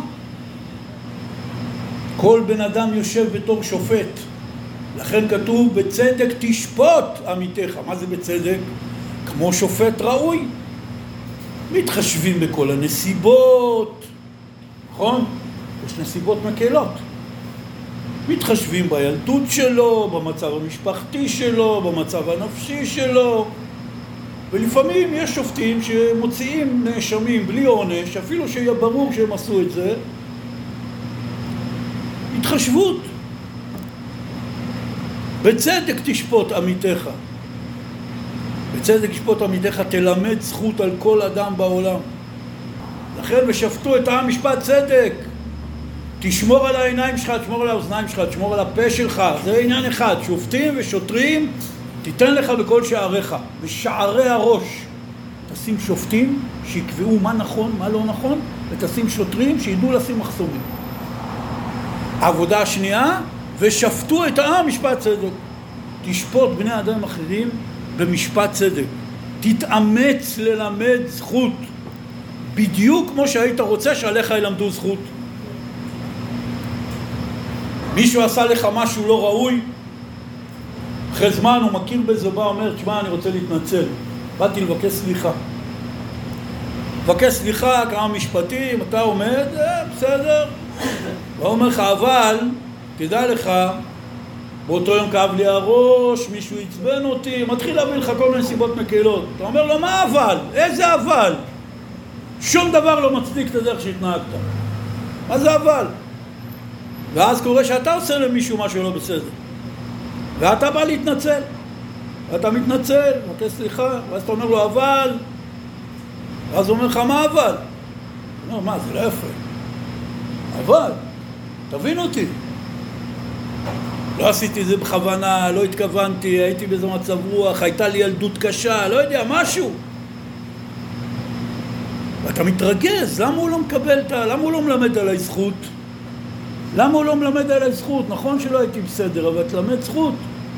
כל בן אדם יושב בתור שופט. לכן כתוב, בצדק תשפוט עמיתך. מה זה בצדק? כמו שופט ראוי. מתחשבים בכל הנסיבות. נכון? יש נסיבות מקלות. מתחשבים בילדות שלו, במצב המשפחתי שלו, במצב הנפשי שלו. ולפעמים יש שופטים שמוציאים נאשמים בלי עונש, אפילו שיהיה ברור שהם עשו את זה. התחשבות. בצדק תשפוט עמיתך. בצדק תשפוט עמיתך, תלמד זכות על כל אדם בעולם. לכן ושפטו את העם משפט צדק. תשמור על העיניים שלך, תשמור על האוזניים שלך, תשמור על הפה שלך. זה עניין אחד. שופטים ושוטרים תיתן לך בכל שעריך. בשערי הראש תשים שופטים שיקבעו מה נכון, מה לא נכון, ותשים שוטרים שידעו לשים מחסומים. העבודה השנייה, ושפטו את העם משפט צדק. תשפוט בני אדם אחרים במשפט צדק. תתאמץ ללמד זכות. בדיוק כמו שהיית רוצה שעליך ילמדו זכות. מישהו עשה לך משהו לא ראוי, אחרי זמן הוא מכיר בזה, בא אומר, תשמע, אני רוצה להתנצל. באתי לבקש סליחה. לבקש סליחה, כמה משפטים, אתה עומד, אה, בסדר. הוא אומר לך, אבל, תדע לך, באותו יום כאב לי הראש, מישהו עצבן אותי, מתחיל להביא לך כל מיני סיבות מקלות. אתה אומר לו, מה אבל? איזה אבל? שום דבר לא מצדיק את הדרך שהתנהגת. מה זה אבל? ואז קורה שאתה עושה למישהו משהו לא בסדר. ואתה בא להתנצל. ואתה מתנצל, מבקש סליחה, ואז אתה אומר לו, אבל. ואז הוא אומר לך, מה אבל? הוא אומר, מה, זה לא יפה. אבל, תבין אותי. לא עשיתי את זה בכוונה, לא התכוונתי, הייתי באיזה מצב רוח, הייתה לי ילדות קשה, לא יודע, משהו. ואתה מתרגז, למה הוא לא מקבל את ה... למה הוא לא מלמד עליי זכות? למה הוא לא מלמד עליי זכות? נכון שלא הייתי בסדר, אבל תלמד זכות.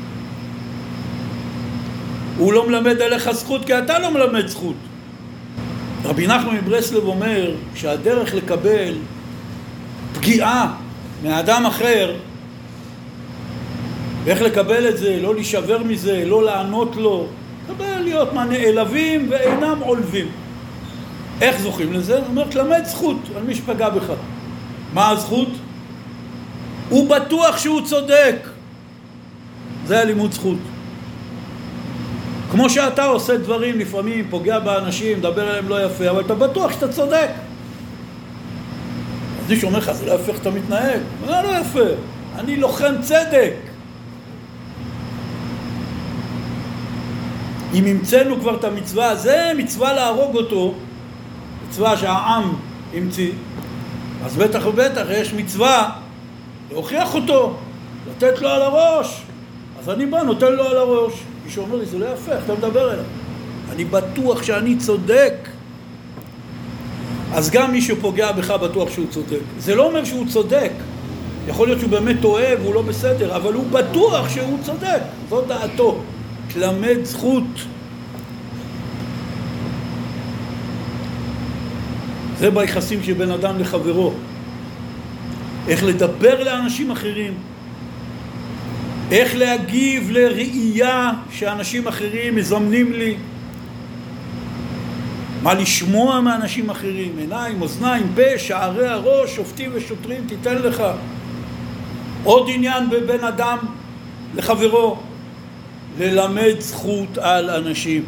הוא לא מלמד עליך זכות כי אתה לא מלמד זכות. רבי נחמן מברסלב אומר שהדרך לקבל פגיעה מאדם אחר, ואיך לקבל את זה, לא להישבר מזה, לא לענות לו, לקבל להיות נעלבים ואינם עולבים. איך זוכים לזה? הוא אומר, תלמד זכות על מי שפגע בך. מה הזכות? הוא בטוח שהוא צודק. זה הלימוד זכות. כמו שאתה עושה דברים לפעמים, פוגע באנשים, מדבר עליהם לא יפה, אבל אתה בטוח שאתה צודק. אז מישהו אומר לך, זה לא יפה איך אתה מתנהג. זה לא יפה. אני לוחם צדק. אם המצאנו כבר את המצווה, זה מצווה להרוג אותו, מצווה שהעם המציא, אז בטח ובטח יש מצווה להוכיח אותו, לתת לו על הראש. אז אני בא, נותן לו על הראש. מישהו אומר לי, זה לא יפה, איך אתה מדבר אליו? אני בטוח שאני צודק. אז גם מי שפוגע בך בטוח שהוא צודק. זה לא אומר שהוא צודק. יכול להיות שהוא באמת טועה והוא לא בסדר, אבל הוא בטוח שהוא צודק. זאת דעתו. תלמד זכות. זה ביחסים של בן אדם לחברו. איך לדבר לאנשים אחרים. איך להגיב לראייה שאנשים אחרים מזמנים לי. מה לשמוע מאנשים אחרים. עיניים, אוזניים, פה, שערי הראש, שופטים ושוטרים תיתן לך. עוד עניין בבן אדם לחברו. ללמד זכות על אנשים.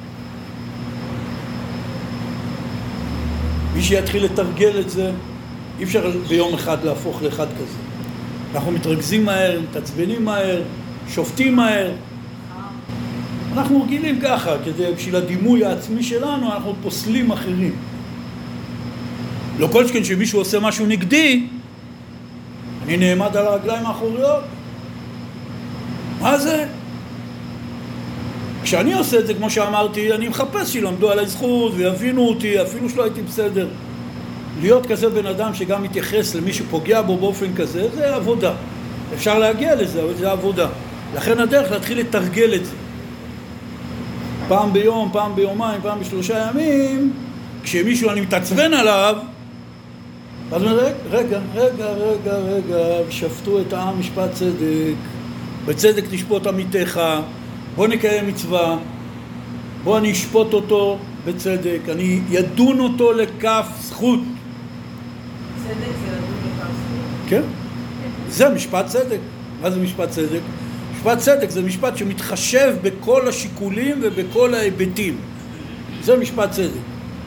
מי שיתחיל לתרגל את זה, אי אפשר ביום אחד להפוך לאחד כזה. אנחנו מתרכזים מהר, מתעצבנים מהר, שופטים מהר. אנחנו רגילים ככה, כדי בשביל הדימוי העצמי שלנו, אנחנו פוסלים אחרים. לא כל שכן שמישהו עושה משהו נגדי, אני נעמד על הרגליים האחוריות. מה זה? כשאני עושה את זה, כמו שאמרתי, אני מחפש שילמדו עליי זכות ויבינו אותי, אפילו שלא הייתי בסדר. להיות כזה בן אדם שגם מתייחס למי שפוגע בו באופן כזה, זה עבודה. אפשר להגיע לזה, אבל זה עבודה. לכן הדרך להתחיל לתרגל את זה. פעם ביום, פעם ביומיים, פעם בשלושה ימים, כשמישהו אני מתעצבן עליו, אז אני אומר, רגע, רגע, רגע, רגע, שפטו את העם משפט צדק, בצדק תשפוט עמיתך, בוא נקיים מצווה, בוא אני אשפוט אותו בצדק, אני ידון אותו לכף זכות. צדק זה לדון לכף זכות? כן, זה משפט צדק. מה זה משפט צדק? משפט צדק זה משפט שמתחשב בכל השיקולים ובכל ההיבטים. זה משפט צדק.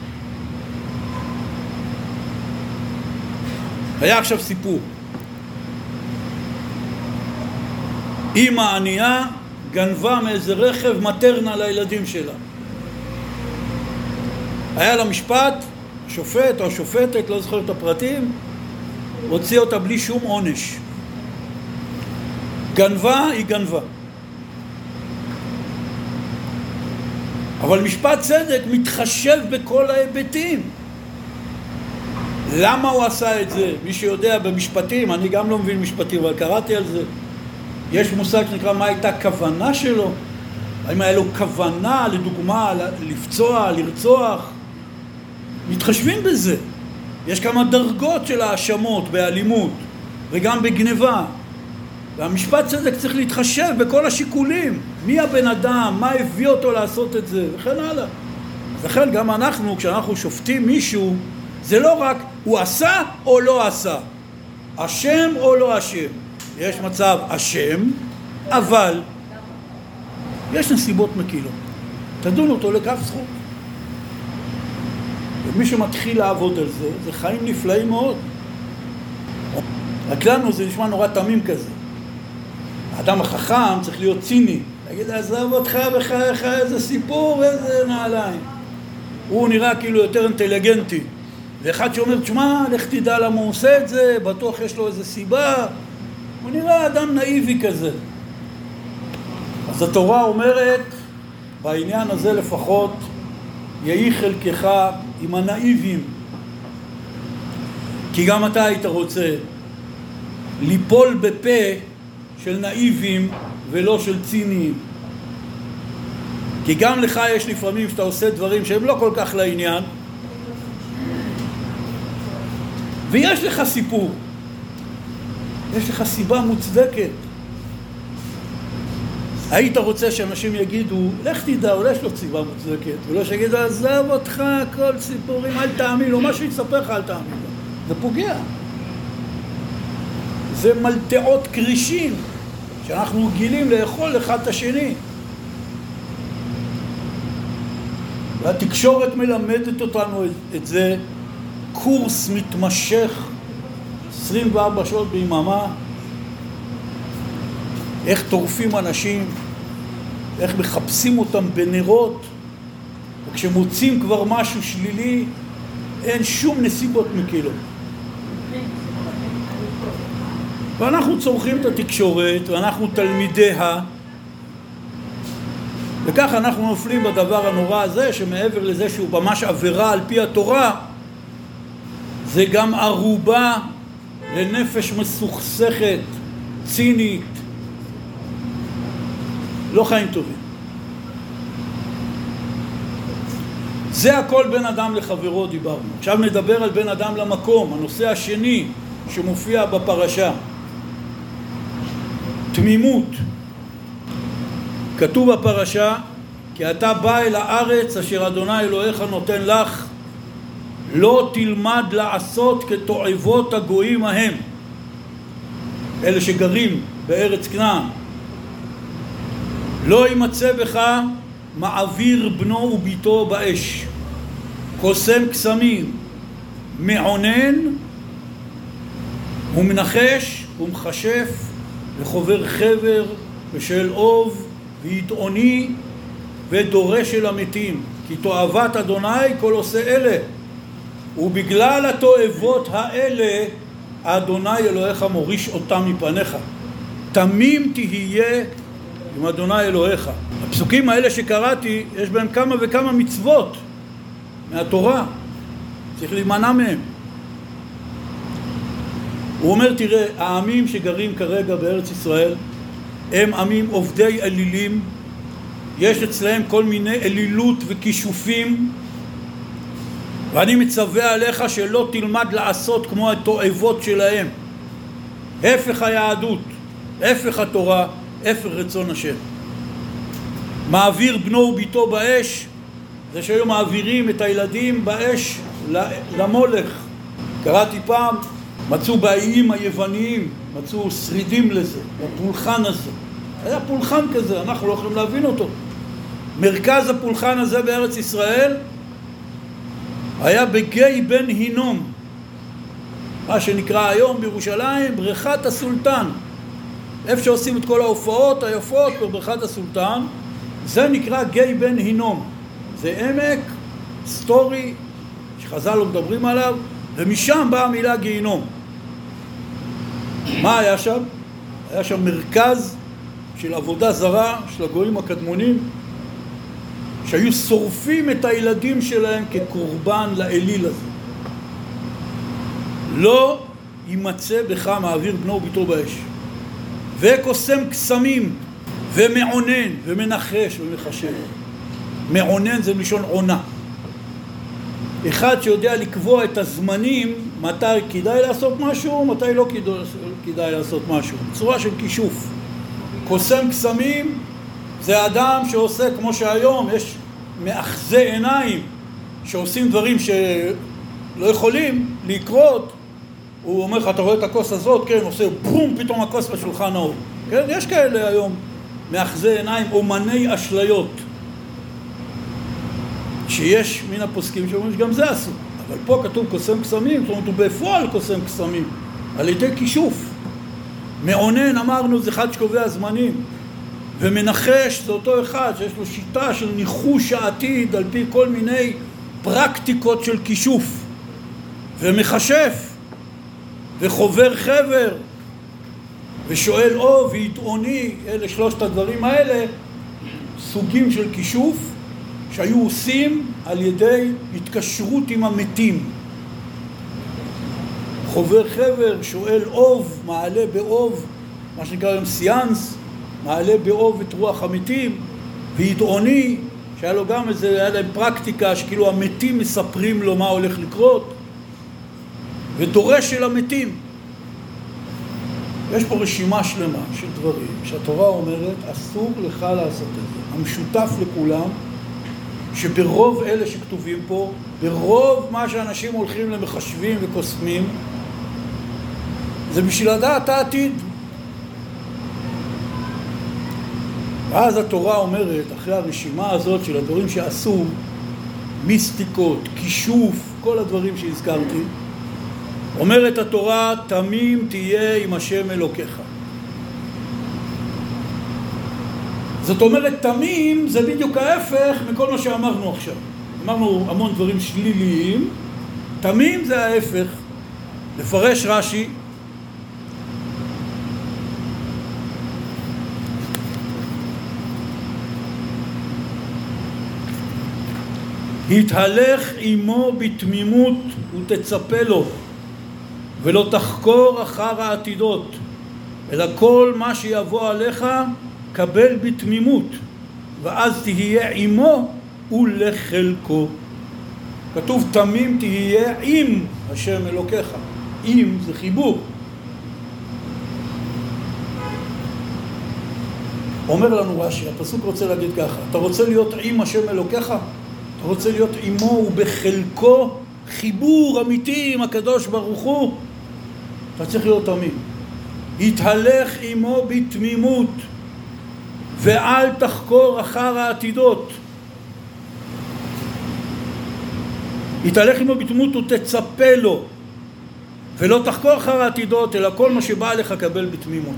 היה עכשיו סיפור. אמא ענייה גנבה מאיזה רכב מטרנה לילדים שלה. היה לה משפט, השופט או השופטת, לא זוכר את הפרטים, הוציא אותה בלי שום עונש. גנבה היא גנבה. אבל משפט צדק מתחשב בכל ההיבטים. למה הוא עשה את זה? מי שיודע במשפטים, אני גם לא מבין משפטים, אבל קראתי על זה. יש מושג שנקרא מה הייתה כוונה שלו. האם היה לו כוונה, לדוגמה, לפצוע, לרצוח? מתחשבים בזה. יש כמה דרגות של האשמות באלימות וגם בגניבה. והמשפט צדק צריך להתחשב בכל השיקולים. מי הבן אדם, מה הביא אותו לעשות את זה, וכן הלאה. אז לכן גם אנחנו, כשאנחנו שופטים מישהו, זה לא רק הוא עשה או לא עשה, אשם או לא אשם. יש מצב אשם, אבל יש נסיבות מקילות. תדון אותו לכף זכות. ומי שמתחיל לעבוד על זה, זה חיים נפלאים מאוד. רק לנו זה נשמע נורא תמים כזה. האדם החכם צריך להיות ציני. להגיד, עזב אותך בחייך, איזה סיפור, איזה נעליים. הוא נראה כאילו יותר אינטליגנטי. ואחד שאומר, תשמע, לך תדע למה הוא עושה את זה, בטוח יש לו איזה סיבה. הוא נראה אדם נאיבי כזה. אז התורה אומרת, בעניין הזה לפחות, יהי חלקך עם הנאיבים. כי גם אתה היית רוצה ליפול בפה של נאיבים ולא של ציניים. כי גם לך יש לפעמים שאתה עושה דברים שהם לא כל כך לעניין, ויש לך סיפור, יש לך סיבה מוצדקת. היית רוצה שאנשים יגידו, לך תדע, אולי יש לו סיבה מוצדקת, ולא שיגידו, עזב אותך, כל סיפורים, אל תאמין לו, מה שיספר לך אל תאמין לו. זה פוגע. זה מלטעות קרישים, שאנחנו גילים לאכול אחד את השני. והתקשורת מלמדת אותנו את זה, קורס מתמשך עשרים וארבע שעות ביממה, איך טורפים אנשים, איך מחפשים אותם בנרות, וכשמוצאים כבר משהו שלילי, אין שום נסיבות מקילות. ואנחנו צורכים את התקשורת, ואנחנו תלמידיה, וכך אנחנו נופלים בדבר הנורא הזה, שמעבר לזה שהוא ממש עבירה על פי התורה, זה גם ערובה לנפש מסוכסכת, צינית, לא חיים טובים. זה הכל בין אדם לחברו דיברנו. עכשיו נדבר על בין אדם למקום, הנושא השני שמופיע בפרשה. תמימות. כתוב בפרשה, כי אתה בא אל הארץ אשר אדוני אלוהיך נותן לך, לא תלמד לעשות כתועבות הגויים ההם, אלה שגרים בארץ כנען. לא יימצא בך מעביר בנו וביתו באש, קוסם קסמים, מעונן ומנחש ומחשף וחובר חבר ושל אוב ויתעוני ודורש אל המתים, כי תועבת אדוני כל עושה אלה, ובגלל התועבות האלה אדוני אלוהיך מוריש אותם מפניך. תמים תהיה עם אדוני אלוהיך. הפסוקים האלה שקראתי, יש בהם כמה וכמה מצוות מהתורה. צריך להימנע מהם. הוא אומר, תראה, העמים שגרים כרגע בארץ ישראל, הם עמים עובדי אלילים, יש אצלהם כל מיני אלילות וכישופים, ואני מצווה עליך שלא תלמד לעשות כמו התועבות שלהם. הפך היהדות, הפך התורה, הפך רצון השם. מעביר בנו וביתו באש, זה שהיו מעבירים את הילדים באש למולך. קראתי פעם, מצאו באיים היווניים, מצאו שרידים לזה, בפולחן הזה. היה פולחן כזה, אנחנו לא יכולים להבין אותו. מרכז הפולחן הזה בארץ ישראל היה בגיא בן הינום, מה שנקרא היום בירושלים בריכת הסולטן. איפה שעושים את כל ההופעות היפות בבריכת הסולטן, זה נקרא גיא בן הינום. זה עמק היסטורי שחז"ל לא מדברים עליו, ומשם באה המילה גיהינום. מה היה שם? היה שם מרכז של עבודה זרה של הגויים הקדמונים, שהיו שורפים את הילדים שלהם כקורבן לאליל הזה. לא יימצא בך מעביר בנו וביתו באש, וקוסם קסמים ומעונן ומנחש ומחשב. מעונן זה מלשון עונה. אחד שיודע לקבוע את הזמנים, מתי כדאי לעשות משהו, מתי לא כדאי לעשות משהו. צורה של כישוף. קוסם קסמים זה אדם שעושה כמו שהיום, יש מאחזי עיניים שעושים דברים שלא יכולים לקרות. הוא אומר לך, אתה רואה את הכוס הזאת? כן, עושה בום, פתאום הכוס בשולחן האור. כן, יש כאלה היום מאחזי עיניים, אומני אשליות. שיש מן הפוסקים שאומרים שגם זה אסור. אבל פה כתוב קוסם קסמים, זאת אומרת הוא בפועל קוסם קסמים, על ידי כישוף. מעונן אמרנו זה אחד שקובע זמנים, ומנחש זה אותו אחד שיש לו שיטה של ניחוש העתיד על פי כל מיני פרקטיקות של כישוף, ומחשף, וחובר חבר, ושואל אוב ויתעוני. אלה שלושת הדברים האלה סוגים של כישוף שהיו עושים על ידי התקשרות עם המתים. חובר חבר, שואל אוב, מעלה באוב, מה שנקרא היום סיאנס, מעלה באוב את רוח המתים, ויתעוני, שהיה לו גם איזה, היה להם פרקטיקה שכאילו המתים מספרים לו מה הולך לקרות, ודורש של המתים. יש פה רשימה שלמה של דברים שהתורה אומרת אסור לך לעשות את זה. המשותף לכולם שברוב אלה שכתובים פה, ברוב מה שאנשים הולכים למחשבים וקוסמים, זה בשביל לדעת העתיד. ואז התורה אומרת, אחרי הרשימה הזאת של הדברים שעשו, מיסטיקות, כישוף, כל הדברים שהזכרתי, אומרת התורה, תמים תהיה עם השם אלוקיך. זאת אומרת, תמים זה בדיוק ההפך מכל מה שאמרנו עכשיו. אמרנו המון דברים שליליים, תמים זה ההפך. לפרש רש"י, התהלך עמו בתמימות ותצפה לו, ולא תחקור אחר העתידות, אלא כל מה שיבוא עליך קבל בתמימות, ואז תהיה עמו ולחלקו. כתוב תמים תהיה עם השם אלוקיך. עם זה חיבור. אומר לנו רש"י, הפסוק רוצה להגיד ככה, אתה רוצה להיות עם השם אלוקיך? אתה רוצה להיות עמו ובחלקו, חיבור אמיתי עם הקדוש ברוך הוא? אתה צריך להיות תמים. התהלך עמו בתמימות, ואל תחקור אחר העתידות. התהלך עמו בתמימות ותצפה לו, ולא תחקור אחר העתידות, אלא כל מה שבא לך קבל בתמימות.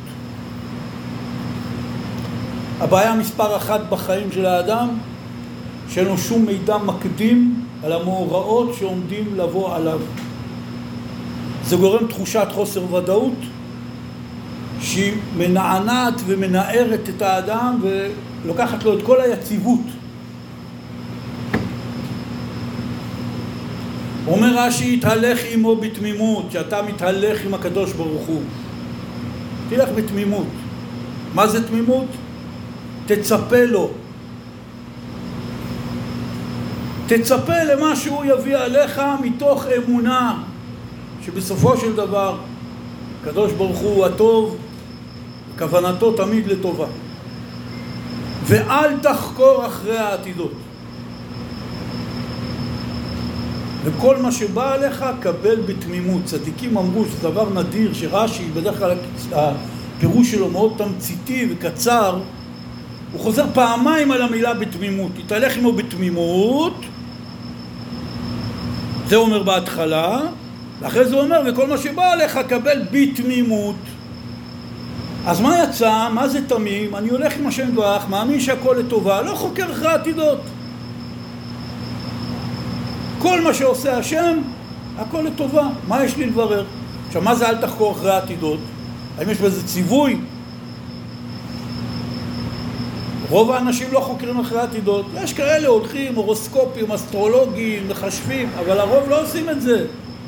הבעיה מספר אחת בחיים של האדם, שאין לו שום מידע מקדים על המאורעות שעומדים לבוא עליו. זה גורם תחושת חוסר ודאות, שהיא מנענעת ומנערת את האדם ולוקחת לו את כל היציבות. אומר רש"י, תהלך עמו בתמימות, שאתה מתהלך עם הקדוש ברוך הוא. תלך בתמימות. מה זה תמימות? תצפה לו. תצפה למה שהוא יביא עליך מתוך אמונה, שבסופו של דבר הקדוש ברוך הוא הטוב, כוונתו תמיד לטובה. ואל תחקור אחרי העתידות. וכל מה שבא עליך קבל בתמימות. צדיקים אמרו שזה דבר נדיר, שרש"י בדרך כלל הפירוש שלו מאוד תמציתי וקצר, הוא חוזר פעמיים על המילה בתמימות. תתהלך עמו בתמימות, זה אומר בהתחלה, ואחרי זה הוא אומר וכל מה שבא עליך קבל בתמימות. אז מה יצא? מה זה תמים? אני הולך עם השם יתברך, מאמין שהכל לטובה, לא חוקר אחרי העתידות. כל מה שעושה השם, הכל לטובה. מה יש לי לברר? עכשיו, מה זה אל תחקור אחרי העתידות? האם יש בזה ציווי? רוב האנשים לא חוקרים אחרי העתידות. יש כאלה הולכים, הורוסקופים, אסטרולוגים, מחשבים, אבל הרוב לא עושים את זה.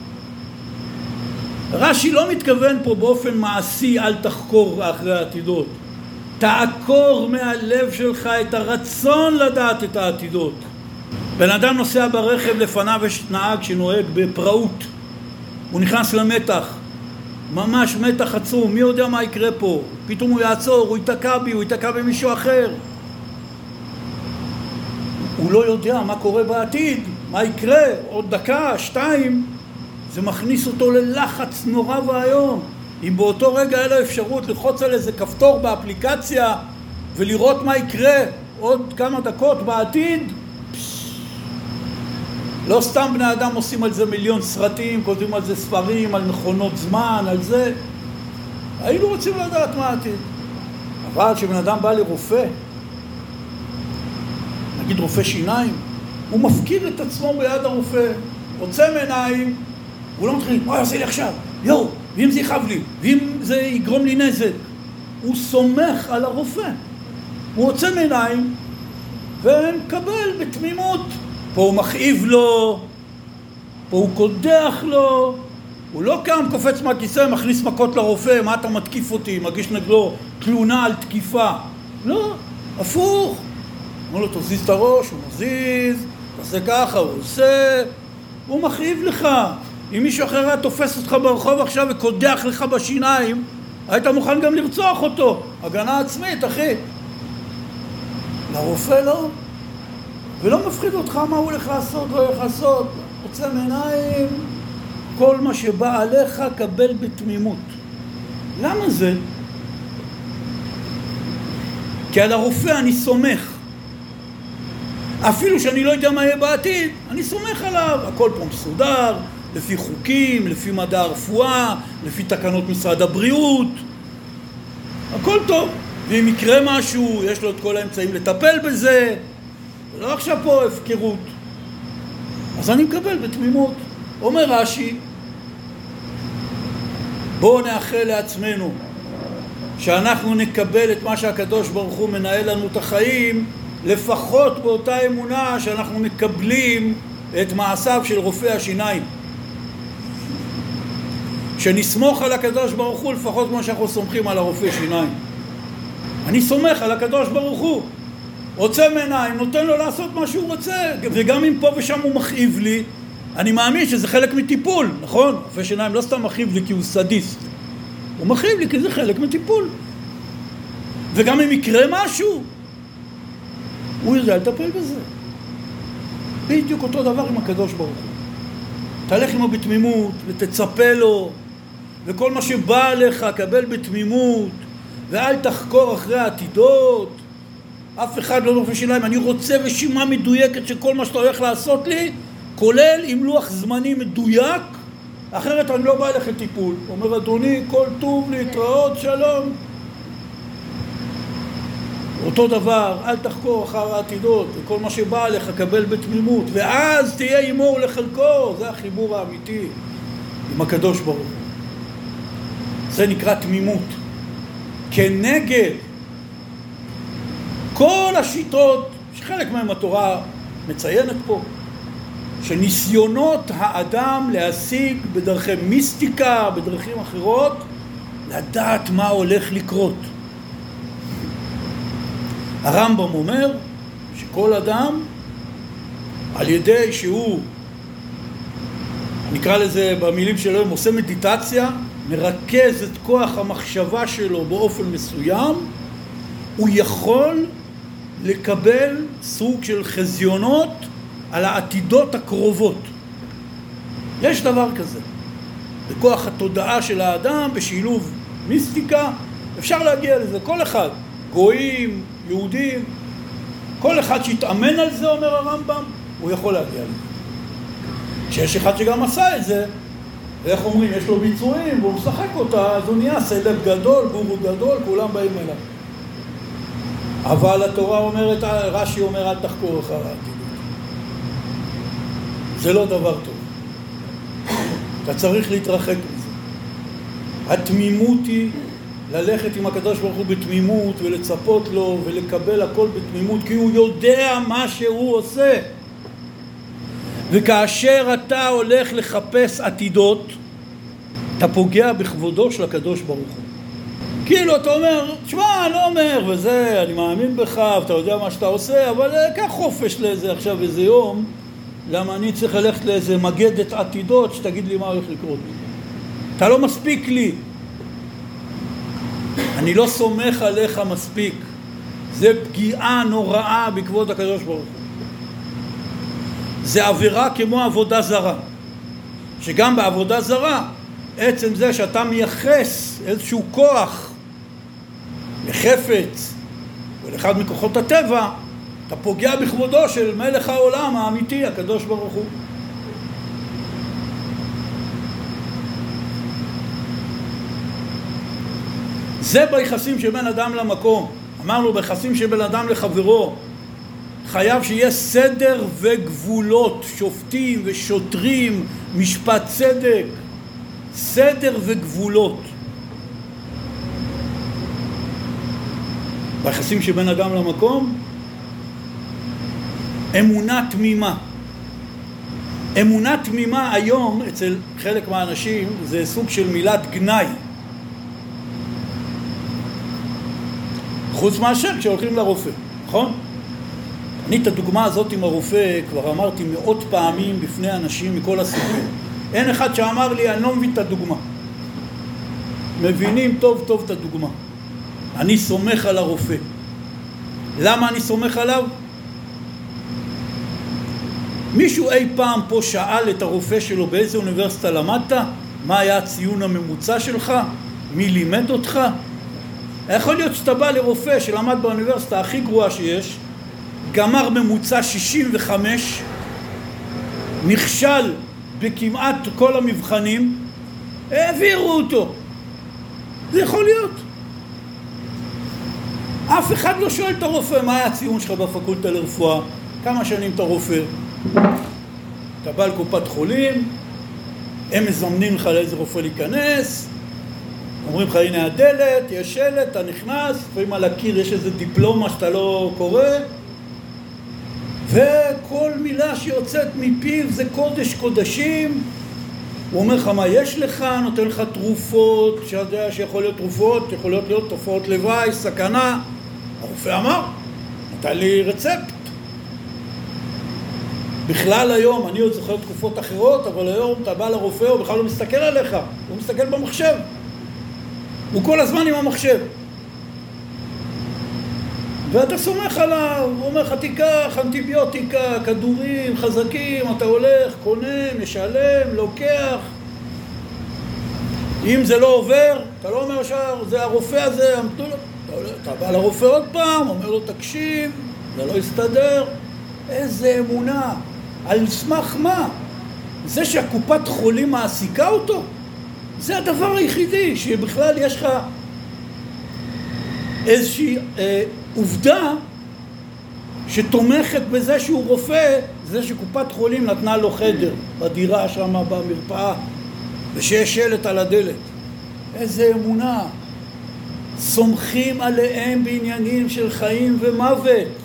רש"י לא מתכוון פה באופן מעשי אל תחקור אחרי העתידות. תעקור מהלב שלך את הרצון לדעת את העתידות. בן אדם נוסע ברכב, לפניו יש נהג שנוהג בפראות. הוא נכנס למתח, ממש מתח עצום, מי יודע מה יקרה פה? פתאום הוא יעצור, הוא ייתקע בי, הוא ייתקע במישהו אחר. הוא לא יודע מה קורה בעתיד, מה יקרה, עוד דקה, שתיים, זה מכניס אותו ללחץ נורא והיום. אם באותו רגע היה לו אפשרות ללחוץ על איזה כפתור באפליקציה ולראות מה יקרה עוד כמה דקות בעתיד, לא סתם בני אדם עושים על זה מיליון סרטים, כותבים על זה ספרים, על מכונות זמן, על זה. היינו רוצים לדעת מה העתיד. אבל כשבן אדם בא לרופא, נגיד רופא שיניים, הוא מפקיר את עצמו ביד הרופא, עוצם עיניים, הוא לא מתחיל, מה יעשה לי עכשיו? יו, ואם זה יכאב לי, ואם זה יגרום לי נזק. הוא סומך על הרופא. הוא עוצם עיניים ומקבל בתמימות. פה הוא מכאיב לו, פה הוא קודח לו, הוא לא קם, קופץ מהכיסא, מכניס מכות לרופא, מה אתה מתקיף אותי, מגיש נגדו תלונה על תקיפה. לא, הפוך. אומר לו, תזיז את הראש, הוא מזיז, תעשה ככה, הוא עושה, הוא מכאיב לך. אם מישהו אחר היה תופס אותך ברחוב עכשיו וקודח לך בשיניים, היית מוכן גם לרצוח אותו. הגנה עצמית, אחי. לרופא לא. ולא מפחיד אותך מה הוא הולך לעשות, לא הולך לעשות. עוצם עיניים, כל מה שבא עליך קבל בתמימות. למה זה? כי על הרופא אני סומך. אפילו שאני לא יודע מה יהיה בעתיד, אני סומך עליו. הכל פה מסודר, לפי חוקים, לפי מדע הרפואה, לפי תקנות משרד הבריאות. הכל טוב. ואם יקרה משהו, יש לו את כל האמצעים לטפל בזה. לא עכשיו פה הפקרות. אז אני מקבל בתמימות. אומר רש"י, בואו נאחל לעצמנו שאנחנו נקבל את מה שהקדוש ברוך הוא מנהל לנו את החיים, לפחות באותה אמונה שאנחנו מקבלים את מעשיו של רופא השיניים. שנסמוך על הקדוש ברוך הוא לפחות כמו שאנחנו סומכים על הרופא שיניים. אני סומך על הקדוש ברוך הוא. עוצם עיניים, נותן לו לעשות מה שהוא רוצה, וגם אם פה ושם הוא מכאיב לי, אני מאמין שזה חלק מטיפול, נכון? רופא שיניים לא סתם מכאיב לי כי הוא סדיסט, הוא מכאיב לי כי זה חלק מטיפול. וגם אם יקרה משהו, הוא יודע לטפל בזה. בדיוק אותו דבר עם הקדוש ברוך הוא. תלך עמו בתמימות ותצפה לו, וכל מה שבא עליך קבל בתמימות, ואל תחקור אחרי העתידות. אף אחד לא רופא שיניים, אני רוצה רשימה מדויקת של כל מה שאתה הולך לעשות לי, כולל עם לוח זמני מדויק, אחרת אני לא בא אליך לטיפול. אומר, אדוני, כל טוב להתראות, שלום. אותו דבר, אל תחקור אחר העתידות, וכל מה שבא אליך קבל בתמימות, ואז תהיה עמו לחלקו. זה החיבור האמיתי עם הקדוש ברוך הוא. זה נקרא תמימות. כנגד כל השיטות, שחלק מהם התורה מציינת פה, שניסיונות האדם להשיג בדרכי מיסטיקה, בדרכים אחרות, לדעת מה הולך לקרות. הרמב"ם אומר שכל אדם, על ידי שהוא, נקרא לזה במילים שלו, עושה מדיטציה, מרכז את כוח המחשבה שלו באופן מסוים, הוא יכול לקבל סוג של חזיונות על העתידות הקרובות. יש דבר כזה. בכוח התודעה של האדם, בשילוב מיסטיקה, אפשר להגיע לזה. כל אחד, גויים, יהודים, כל אחד שהתאמן על זה, אומר הרמב"ם, הוא יכול להגיע לזה. שיש אחד שגם עשה את זה, ואיך אומרים, יש לו ביצועים, והוא משחק אותה, אז הוא נהיה סלב גדול, גורו גדול, כולם באים אליו. אבל התורה אומרת, רש"י אומר, אל תחקור אחר העתידות. זה לא דבר טוב. אתה צריך להתרחק מזה. התמימות היא ללכת עם הקדוש ברוך הוא בתמימות, ולצפות לו, ולקבל הכל בתמימות, כי הוא יודע מה שהוא עושה. וכאשר אתה הולך לחפש עתידות, אתה פוגע בכבודו של הקדוש ברוך הוא. כאילו אתה אומר, תשמע, אני לא אומר, וזה, אני מאמין בך, ואתה יודע מה שאתה עושה, אבל קח חופש לאיזה עכשיו איזה יום, למה אני צריך ללכת לאיזה מגדת עתידות שתגיד לי מה הולך לקרות. אתה לא מספיק לי. אני לא סומך עליך מספיק. זה פגיעה נוראה בכבוד הקדוש ברוך הוא. זה עבירה כמו עבודה זרה. שגם בעבודה זרה, עצם זה שאתה מייחס איזשהו כוח לחפץ ולאחד מכוחות הטבע, אתה פוגע בכבודו של מלך העולם האמיתי, הקדוש ברוך הוא. זה ביחסים שבין אדם למקום. אמרנו ביחסים שבין אדם לחברו, חייב שיהיה סדר וגבולות, שופטים ושוטרים, משפט צדק, סדר וגבולות. ביחסים שבין אדם למקום, אמונה תמימה. אמונה תמימה היום אצל חלק מהאנשים זה סוג של מילת גנאי. חוץ מאשר כשהולכים לרופא, נכון? אני את הדוגמה הזאת עם הרופא כבר אמרתי מאות פעמים בפני אנשים מכל הסוגים. אין אחד שאמר לי, אני לא מבין את הדוגמה. מבינים טוב טוב את הדוגמה. אני סומך על הרופא. למה אני סומך עליו? מישהו אי פעם פה שאל את הרופא שלו באיזה אוניברסיטה למדת? מה היה הציון הממוצע שלך? מי לימד אותך? יכול להיות שאתה בא לרופא שלמד באוניברסיטה הכי גרועה שיש, גמר ממוצע שישים וחמש, נכשל בכמעט כל המבחנים, העבירו אותו. זה יכול להיות. אף אחד לא שואל את הרופא מה היה הציון שלך בפקולטה לרפואה, כמה שנים אתה רופא. אתה בא לקופת חולים, הם מזמנים לך לאיזה רופא להיכנס, אומרים לך הנה הדלת, יש שלט, אתה נכנס, לפעמים על הקיר יש איזה דיפלומה שאתה לא קורא, וכל מילה שיוצאת מפיו זה קודש קודשים. הוא אומר לך מה יש לך, נותן לך תרופות, שאתה יודע שיכול להיות תרופות, יכולות להיות תופעות לוואי, סכנה. הרופא אמר, נתן לי רצפט. בכלל היום, אני עוד זוכר תקופות אחרות, אבל היום אתה בא לרופא, הוא בכלל לא מסתכל עליך, הוא מסתכל במחשב. הוא כל הזמן עם המחשב. ואתה סומך עליו, הוא אומר לך תיקח אנטיביוטיקה, כדורים חזקים, אתה הולך, קונה, משלם, לוקח. אם זה לא עובר, אתה לא אומר שער, זה הרופא הזה, אתה, אתה בא לרופא עוד פעם, אומר לו תקשיב, זה לא יסתדר. איזה אמונה, על סמך מה? זה שהקופת חולים מעסיקה אותו? זה הדבר היחידי, שבכלל יש לך איזושהי אה, עובדה שתומכת בזה שהוא רופא, זה שקופת חולים נתנה לו חדר בדירה שם במרפאה, ושיש שלט על הדלת. איזה אמונה. סומכים עליהם בעניינים של חיים ומוות.